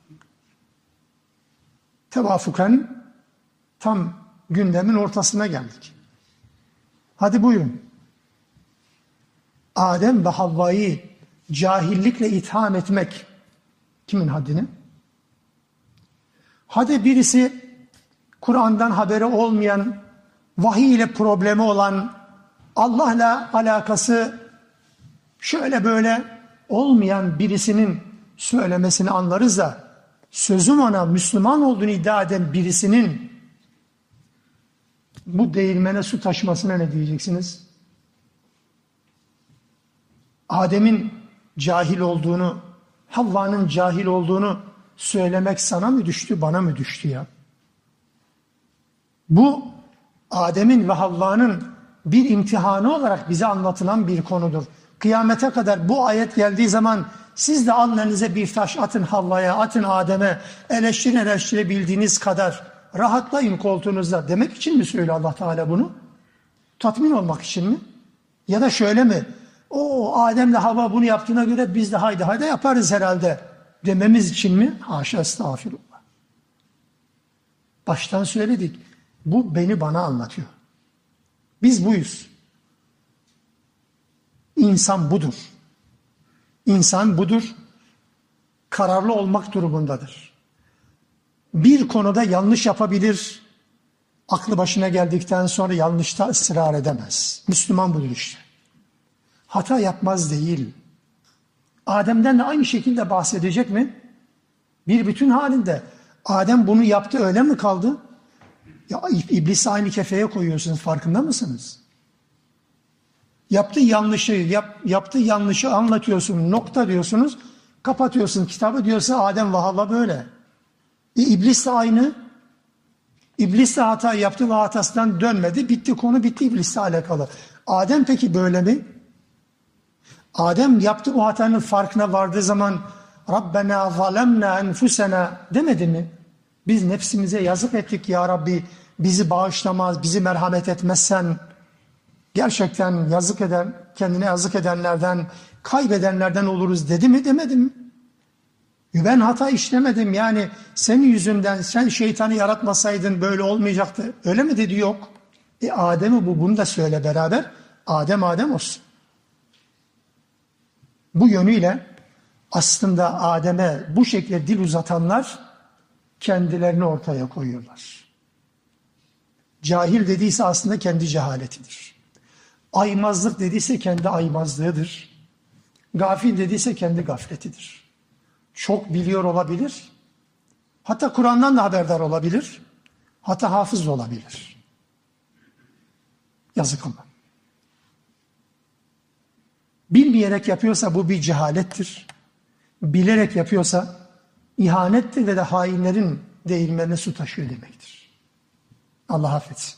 Tevafuken tam gündemin ortasına geldik. Hadi buyurun. Adem ve Havva'yı cahillikle itham etmek kimin haddine? Hadi birisi Kur'an'dan haberi olmayan, vahiy ile problemi olan, Allah'la alakası şöyle böyle olmayan birisinin söylemesini anlarız da, sözüm ona Müslüman olduğunu iddia eden birisinin bu değirmene su taşımasına ne diyeceksiniz? Adem'in cahil olduğunu, Havva'nın cahil olduğunu söylemek sana mı düştü, bana mı düştü ya? Bu Adem'in ve Havva'nın bir imtihanı olarak bize anlatılan bir konudur. Kıyamete kadar bu ayet geldiği zaman siz de alnınıza bir taş atın Havva'ya, atın Adem'e, eleştirebildiğiniz kadar rahatlayın koltuğunuzda demek için mi söylüyor Allah Teala bunu? Tatmin olmak için mi? Ya da şöyle mi? O Adem'le Havva bunu yaptığına göre biz de haydi yaparız herhalde dememiz için mi? Haşa, estağfirullah. Baştan söyledik. Bu beni bana anlatıyor. Biz buyuz. İnsan budur. İnsan budur. Kararlı olmak durumundadır. Bir konuda yanlış yapabilir. Aklı başına geldikten sonra yanlışta ısrar edemez. Müslüman budur işte. Hata yapmaz değil. Adem'den de aynı şekilde bahsedecek mi? Bir bütün halinde. Adem bunu yaptı, öyle mi kaldı? Ya iblisi aynı kefeye koyuyorsunuz, farkında mısınız? Yaptığı yanlışı anlatıyorsun, nokta diyorsunuz, kapatıyorsun kitabı, diyorsa Adem ve Havva böyle. İblis de aynı. İblis de hata yaptı ve hatasından dönmedi. Bitti, konu bitti iblisle alakalı. Adem peki böyle mi? Adem yaptı o hatanın farkına vardığı zaman Rabbena zalemna enfusena demedi mi? Biz nefsimize yazık ettik ya Rabbi, bizi bağışlamaz, bizi merhamet etmezsen gerçekten kendine yazık edenlerden, kaybedenlerden oluruz dedi mi, demedi mi? Ben hata işlemedim, yani senin yüzünden, sen şeytanı yaratmasaydın böyle olmayacaktı. Öyle mi dedi? Yok. Adem'e bunu da söyle beraber. Adem olsun. Bu yönüyle aslında Adem'e bu şekilde dil uzatanlar kendilerini ortaya koyuyorlar. Cahil dediyse aslında kendi cehaletidir. Aymazlık dediyse kendi aymazlığıdır. Gafil dediyse kendi gafletidir. Çok biliyor olabilir. Hatta Kur'an'dan da haberdar olabilir. Hatta hafız da olabilir. Yazık ama. Bilmeyerek yapıyorsa bu bir cehalettir. Bilerek yapıyorsa ihanettir ve de hainlerin değirmenine su taşıyor demektir. Allah affetsin.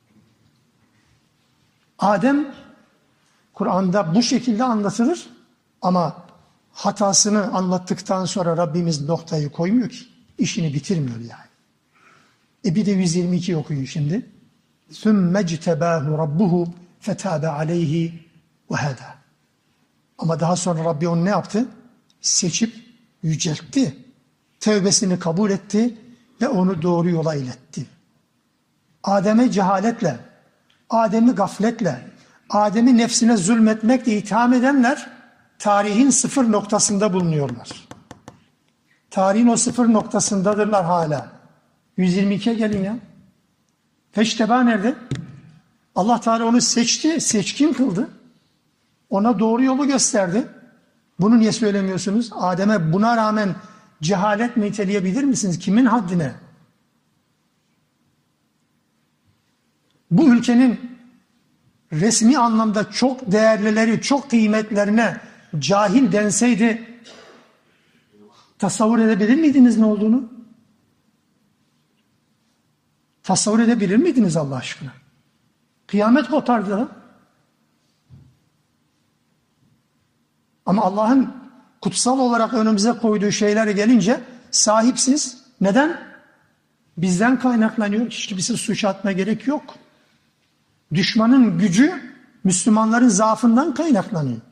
Adem Kur'an'da bu şekilde anlatılır ama hatasını anlattıktan sonra Rabbimiz noktayı koymuyor ki. İşini bitirmiyor yani. Bir de 122 okuyun şimdi. ثُمَّ اجْتَبَاهُ رَبُّهُ فَتَابَ عَلَيْهِ وَهَدَى. Ama daha sonra Rabbi onu ne yaptı? Seçip yüceltti. Tevbesini kabul etti ve onu doğru yola iletti. Adem'e cehaletle, Adem'i gafletle, Adem'i nefsine zulmetmekle itham edenler tarihin sıfır noktasında bulunuyorlar. Tarihin o sıfır noktasındadırlar hala. 122'ye gelin ya. Feşteba nerede? Allah Teala onu seçti, seçkin kıldı. Ona doğru yolu gösterdi. Bunu niye söylemiyorsunuz? Adem'e buna rağmen cehalet mi niteleyebilir misiniz? Kimin haddine? Bu ülkenin resmi anlamda çok değerlileri, çok kıymetlerine cahil denseydi tasavvur edebilir miydiniz ne olduğunu? Tasavvur edebilir miydiniz Allah aşkına? Kıyamet kopardı da. Ama Allah'ın kutsal olarak önümüze koyduğu şeylere gelince sahipsiz. Neden? Bizden kaynaklanıyor. Hiç bize suç atma gerek yok. Düşmanın gücü Müslümanların zaafından kaynaklanıyor.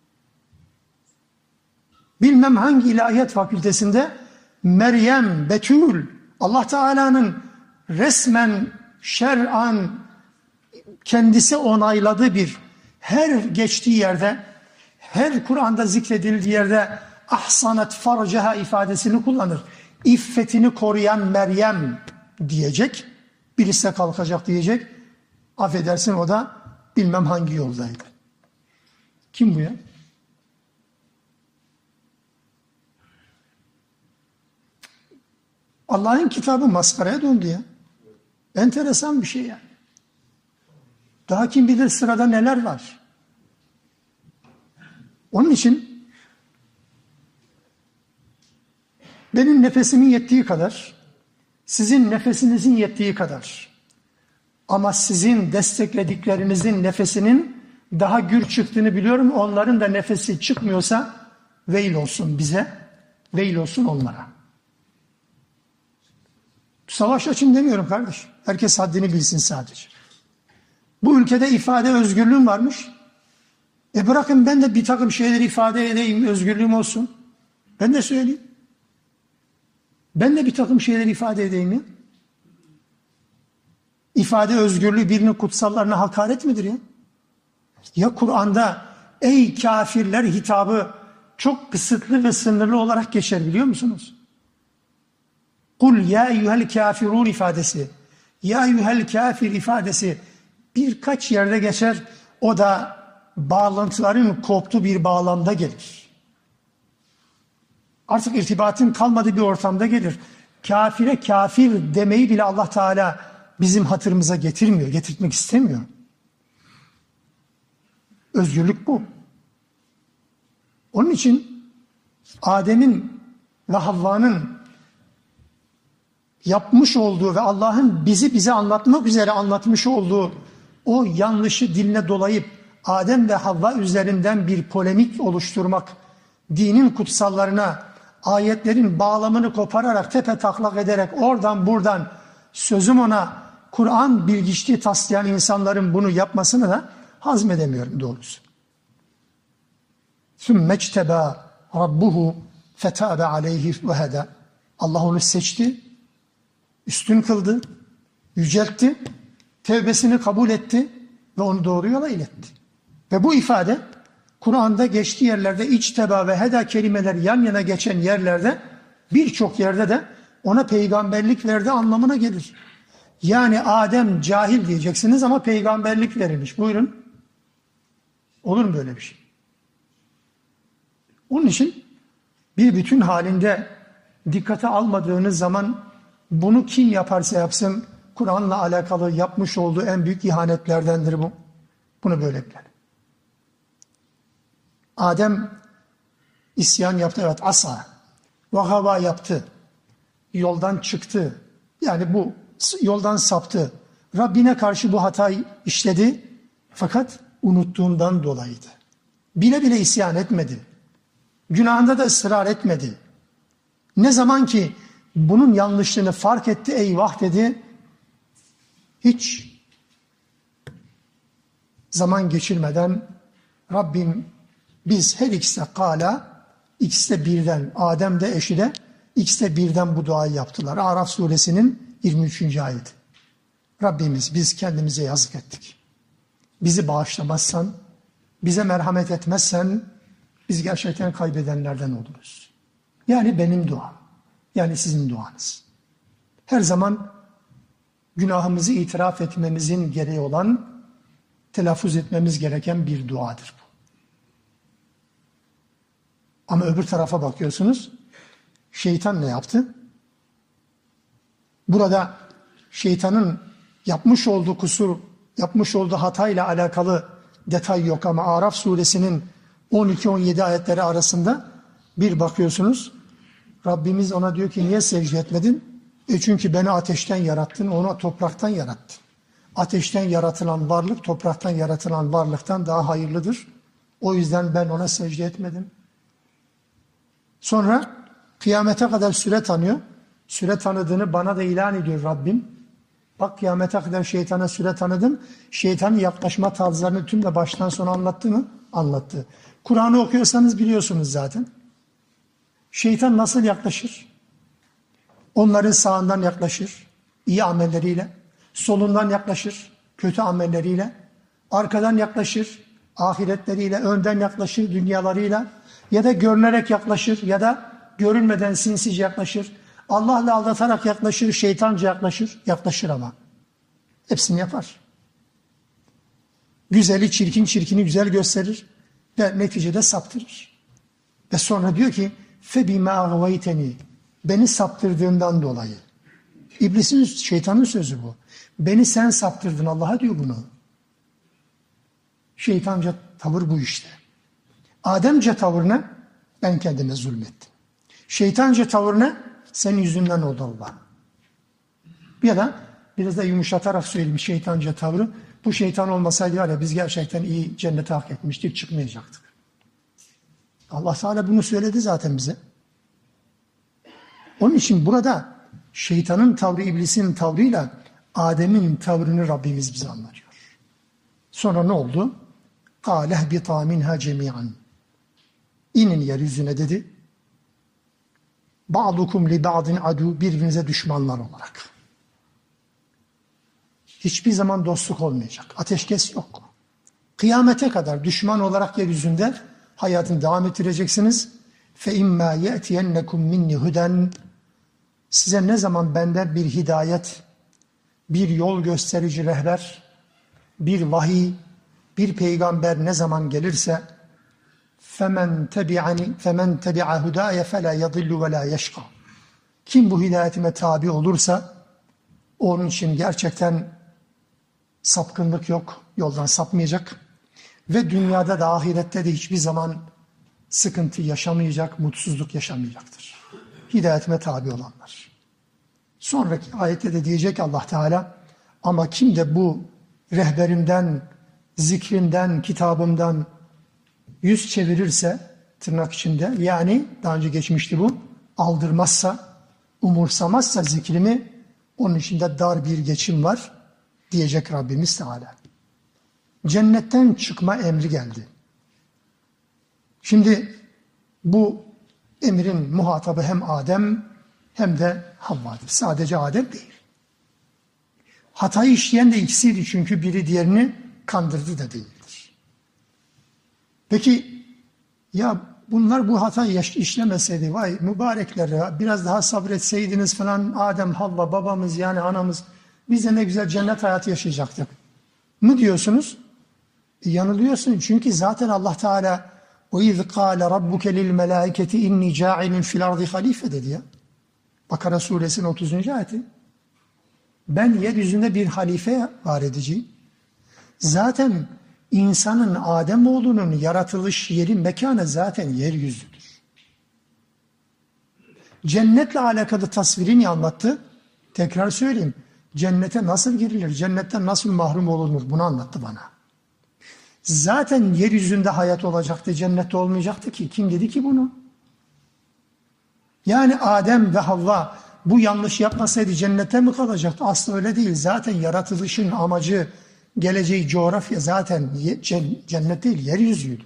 Bilmem hangi ilahiyat fakültesinde Meryem, Betül, Allah Teala'nın resmen şer'an kendisi onayladığı bir her geçtiği yerde, her Kur'an'da zikredildiği yerde ahsanat farcaha ifadesini kullanır. İffetini koruyan Meryem diyecek. Birisi de kalkacak diyecek. Affedersin o da bilmem hangi yoldaydı. Kim bu ya? Allah'ın kitabı maskaraya döndü ya. Enteresan bir şey yani. Daha kim bilir sırada neler var. Onun için benim nefesimin yettiği kadar, sizin nefesinizin yettiği kadar ama sizin desteklediklerinizin nefesinin daha gür çıktığını biliyorum. Onların da nefesi çıkmıyorsa veil olsun bize, veil olsun onlara. Savaş açın demiyorum kardeş. Herkes haddini bilsin sadece. Bu ülkede ifade özgürlüğüm varmış. Bırakın ben de bir takım şeyleri ifade edeyim, özgürlüğüm olsun. Ben de söyleyeyim. Ben de bir takım şeyleri ifade edeyim ya. İfade özgürlüğü birinin kutsallarına hakaret midir ya? Ya Kur'an'da ey kafirler hitabı çok kısıtlı ve sınırlı olarak geçer biliyor musunuz? Kul ya eyyuhel kafirun ifadesi, ya eyyuhel kafir ifadesi birkaç yerde geçer. O da bağlantıların koptuğu bir bağlamda gelir. Artık irtibatın kalmadığı bir ortamda gelir. Kafire kafir demeyi bile Allah Teala bizim hatırımıza getirmiyor, getirtmek istemiyor. Özgürlük bu. Onun için Adem'in ve Havva'nın yapmış olduğu ve Allah'ın bize anlatmak üzere anlatmış olduğu o yanlışı diline dolayıp Adem ve Havva üzerinden bir polemik oluşturmak, dinin kutsallarına, ayetlerin bağlamını kopararak, tepe taklak ederek oradan buradan sözüm ona Kur'an bilgiçliği taslayan insanların bunu yapmasını da hazmedemiyorum doğrusu. ثُمَّ اجْتَبَى رَبُّهُ فَتَابَ عَلَيْهِ وَهَدَى. Allah onu seçti, üstün kıldı, yüceltti, tevbesini kabul etti ve onu doğru yola iletti. Ve bu ifade Kur'an'da geçtiği yerlerde içteba ve heda kelimeler yan yana geçen yerlerde birçok yerde de ona peygamberlik verdi anlamına gelir. Yani Adem cahil diyeceksiniz ama peygamberlik verilmiş. Buyurun. Olur mu böyle bir şey? Onun için bir bütün halinde dikkate almadığınız zaman bunu kim yaparsa yapsın Kur'an'la alakalı yapmış olduğu en büyük ihanetlerdendir bu. Bunu böyle bilelim. Adem isyan yaptı, evet asa. Ve Havva yaptı. Yoldan çıktı. Yani bu yoldan saptı. Rabbine karşı bu hatayı işledi fakat unuttuğundan dolayıydı. Bile bile isyan etmedi. Günahında da ısrar etmedi. Ne zaman ki bunun yanlışlığını fark etti, eyvah dedi, hiç zaman geçirmeden Rabbim biz her ikisi de kâla, ikisi de birden, Adem de eşi de ikisi de birden bu duayı yaptılar. Araf suresinin 23. ayeti. Rabbimiz biz kendimize yazık ettik. Bizi bağışlamazsan, bize merhamet etmezsen biz gerçekten kaybedenlerden oluruz. Yani benim duam, yani sizin duanız. Her zaman günahımızı itiraf etmemizin gereği olan, telaffuz etmemiz gereken bir duadır bu. Ama öbür tarafa bakıyorsunuz, şeytan ne yaptı? Burada şeytanın yapmış olduğu kusur, yapmış olduğu hatayla alakalı detay yok ama Araf suresinin 12-17 ayetleri arasında bir bakıyorsunuz, Rabbimiz ona diyor ki niye secde etmedin? Çünkü beni ateşten yarattın, onu topraktan yarattın. Ateşten yaratılan varlık, topraktan yaratılan varlıktan daha hayırlıdır. O yüzden ben ona secde etmedim. Sonra kıyamete kadar süre tanıyor. Süre tanıdığını bana da ilan ediyor Rabbim. Bak kıyamete kadar şeytana süre tanıdım. Şeytanın yaklaşma tarzlarını tüm de baştan sona anlattı mı? Anlattı. Kur'an'ı okuyorsanız biliyorsunuz zaten. Şeytan nasıl yaklaşır? Onların sağından yaklaşır, iyi amelleriyle. Solundan yaklaşır, kötü amelleriyle. Arkadan yaklaşır, ahiretleriyle. Önden yaklaşır, dünyalarıyla. Ya da görünerek yaklaşır ya da görünmeden sinsice yaklaşır. Allah'la aldatarak yaklaşır, şeytanca yaklaşır. Yaklaşır ama. Hepsini yapar. Güzeli çirkin, çirkini güzel gösterir ve neticede saptırır. Ve sonra diyor ki فَبِمَا اَغْوَيْتَنِي beni saptırdığından dolayı. İblisin, şeytanın sözü bu. Beni sen saptırdın, Allah'a diyor bunu. Şeytanca tavır bu işte. Ademce tavırına ben kendime zulmettim. Şeytanca tavırına senin yüzünden oldu Allah. Ya da biraz da yumuşatarak söyleyeyim şeytanca tavrı. Bu şeytan olmasaydı var ya biz gerçekten iyi cennete hak etmiştik, çıkmayacaktık. Allah Teala bunu söyledi zaten bize. Onun için burada şeytanın tavrı, iblisin tavrıyla Adem'in tavrını Rabbimiz bize anlatıyor. Sonra ne oldu? قَالَ اهْبِطَا مِنْهَا جَمِيعًا İnin yeryüzüne dedi. بَعْضُكُمْ لِبَعْضٍ عَدُوا birbirinize düşmanlar olarak. Hiçbir zaman dostluk olmayacak. Ateşkes yok. Kıyamete kadar düşman olarak yeryüzünde hayatını devam ettireceksiniz. فَاِمَّا يَأْتِيَنَّكُمْ مِنِّ هُدًا Size ne zaman benden bir hidayet, bir yol gösterici rehber, bir vahiy, bir peygamber ne zaman gelirse فَمَنْ تَبِعَ هُدَايَ فَلَا يَضِلُّ وَلَا يَشْقَى Kim bu hidayetime tabi olursa onun için gerçekten sapkınlık yok, yoldan sapmayacak ve dünyada da ahirette de hiçbir zaman sıkıntı yaşamayacak, mutsuzluk yaşamayacaktır. Hidayetime tabi olanlar. Sonraki ayette de diyecek Allah Teala ama kim de bu rehberimden, zikrimden, kitabımdan yüz çevirirse tırnak içinde yani daha önce geçmişti bu aldırmazsa, umursamazsa zikrimi onun içinde dar bir geçim var diyecek Rabbimiz Teala. Cennetten çıkma emri geldi. Şimdi bu emrin muhatabı hem Adem hem de Havva'dır. Sadece Adem değil. Hatayı işleyen de ikisiydi çünkü biri diğerini kandırdı da değildir. Peki ya bunlar bu hatayı işlemeseydi vay mübarekler ya biraz daha sabretseydiniz falan Adem, Havva, babamız yani anamız biz de ne güzel cennet hayatı yaşayacaktık. Mı diyorsunuz? Yanılıyorsun çünkü zaten Allah Teala وَاِذْ قَالَ رَبُّكَ لِلْمَلَائِكَةِ اِنِّي جَاعِلٍ فِي الْاَرْضِ خَلِيفَ dedi ya. Bakara suresinin 30. ayeti. Ben yeryüzünde bir halife var edeceğim. Zaten insanın Ademoğlunun yaratılış yeri, mekanı zaten yeryüzüdür. Cennetle alakalı tasvirini anlattı. Tekrar söyleyeyim. Cennete nasıl girilir? Cennetten nasıl mahrum olunur? Bunu anlattı bana. Zaten yeryüzünde hayat olacaktı, cennette olmayacaktı ki. Kim dedi ki bunu? Yani Adem ve Havva bu yanlış yapmasaydı cennete mi kalacaktı? Aslı öyle değil. Zaten yaratılışın amacı, geleceği coğrafya zaten cennet değil, yeryüzüydü.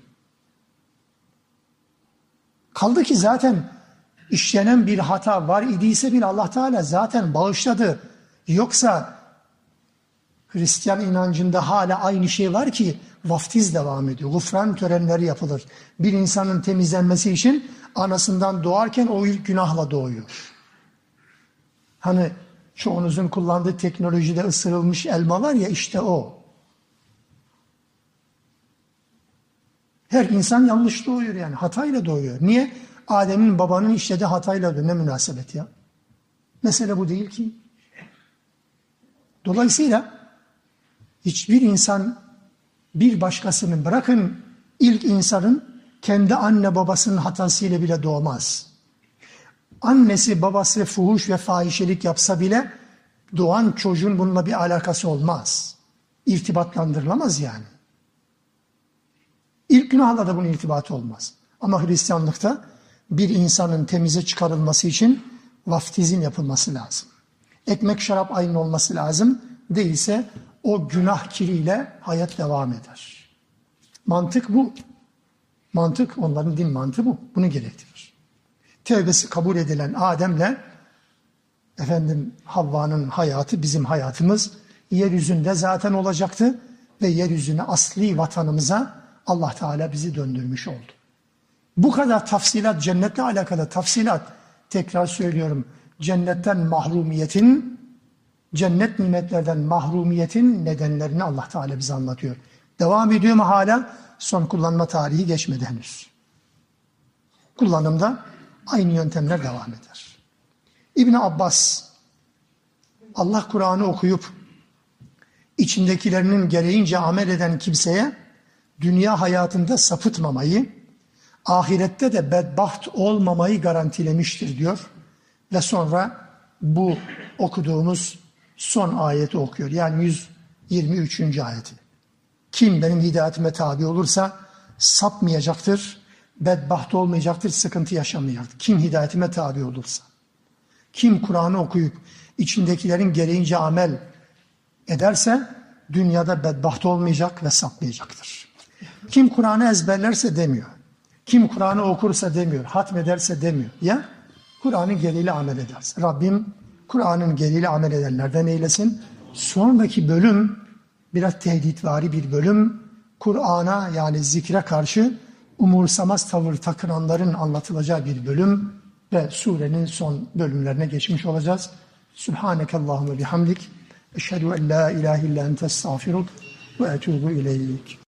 Kaldı ki zaten işlenen bir hata var idiyse bile Allah Teala zaten bağışladı. Yoksa Hristiyan inancında hala aynı şey var ki vaftiz devam ediyor. Gufran törenleri yapılır. Bir insanın temizlenmesi için anasından doğarken o ilk günahla doğuyor. Hani çoğunuzun kullandığı teknolojide ısırılmış elma var ya, işte o. Her insan yanlış doğuyor yani. Hatayla doğuyor. Niye? Adem'in babanın işlediği hatayla doğuyor. Ne münasebet ya. Mesele bu değil ki. Dolayısıyla hiçbir insan bir başkasının, bırakın ilk insanın, kendi anne babasının hatasıyla bile doğmaz. Annesi babası fuhuş ve fahişelik yapsa bile doğan çocuğun bununla bir alakası olmaz. İrtibatlandırılamaz yani. İlk günahla da bunun irtibatı olmaz. Ama Hristiyanlıkta bir insanın temize çıkarılması için vaftizin yapılması lazım. Ekmek şarap aynı olması lazım. Değilse o günah kiriyle hayat devam eder. Mantık bu. Mantık, onların din mantığı bu. Bunu gerektirir. Tevbesi kabul edilen Adem'le Havva'nın hayatı, bizim hayatımız yeryüzünde zaten olacaktı ve yeryüzüne, asli vatanımıza Allah Teala bizi döndürmüş oldu. Bu kadar tafsilat, cennetle alakalı tafsilat, tekrar söylüyorum, cennetten mahrumiyetin, cennet nimetlerden mahrumiyetin nedenlerini Allah Teala bize anlatıyor. Devam ediyor mu hala? Son kullanma tarihi geçmedi henüz. Kullanımda aynı yöntemler devam eder. İbn Abbas, Allah Kur'an'ı okuyup içindekilerinin gereğince amel eden kimseye dünya hayatında sapıtmamayı, ahirette de bedbaht olmamayı garantilemiştir diyor. Ve sonra bu okuduğumuz son ayeti okuyor. Yani 123. ayeti. Kim benim hidayetime tabi olursa sapmayacaktır, bedbaht olmayacaktır, sıkıntı yaşamayacaktır. Kim hidayetime tabi olursa. Kim Kur'an'ı okuyup içindekilerin gereğince amel ederse dünyada bedbaht olmayacak ve sapmayacaktır. Kim Kur'an'ı ezberlerse demiyor. Kim Kur'an'ı okursa demiyor. Hatmederse demiyor. Ya Kur'an'ın gereğiyle amel ederse. Rabbim Kur'an'ın gereğiyle amel edenlerden eylesin. Sonraki bölüm biraz tehditvari bir bölüm. Kur'an'a, yani zikre karşı umursamaz tavır takınanların anlatılacağı bir bölüm ve surenin son bölümlerine geçmiş olacağız. Subhanekallahumma bihamdik. Eşhedü en la ilahe illa ente estağfiruk ve etûbü ileyk.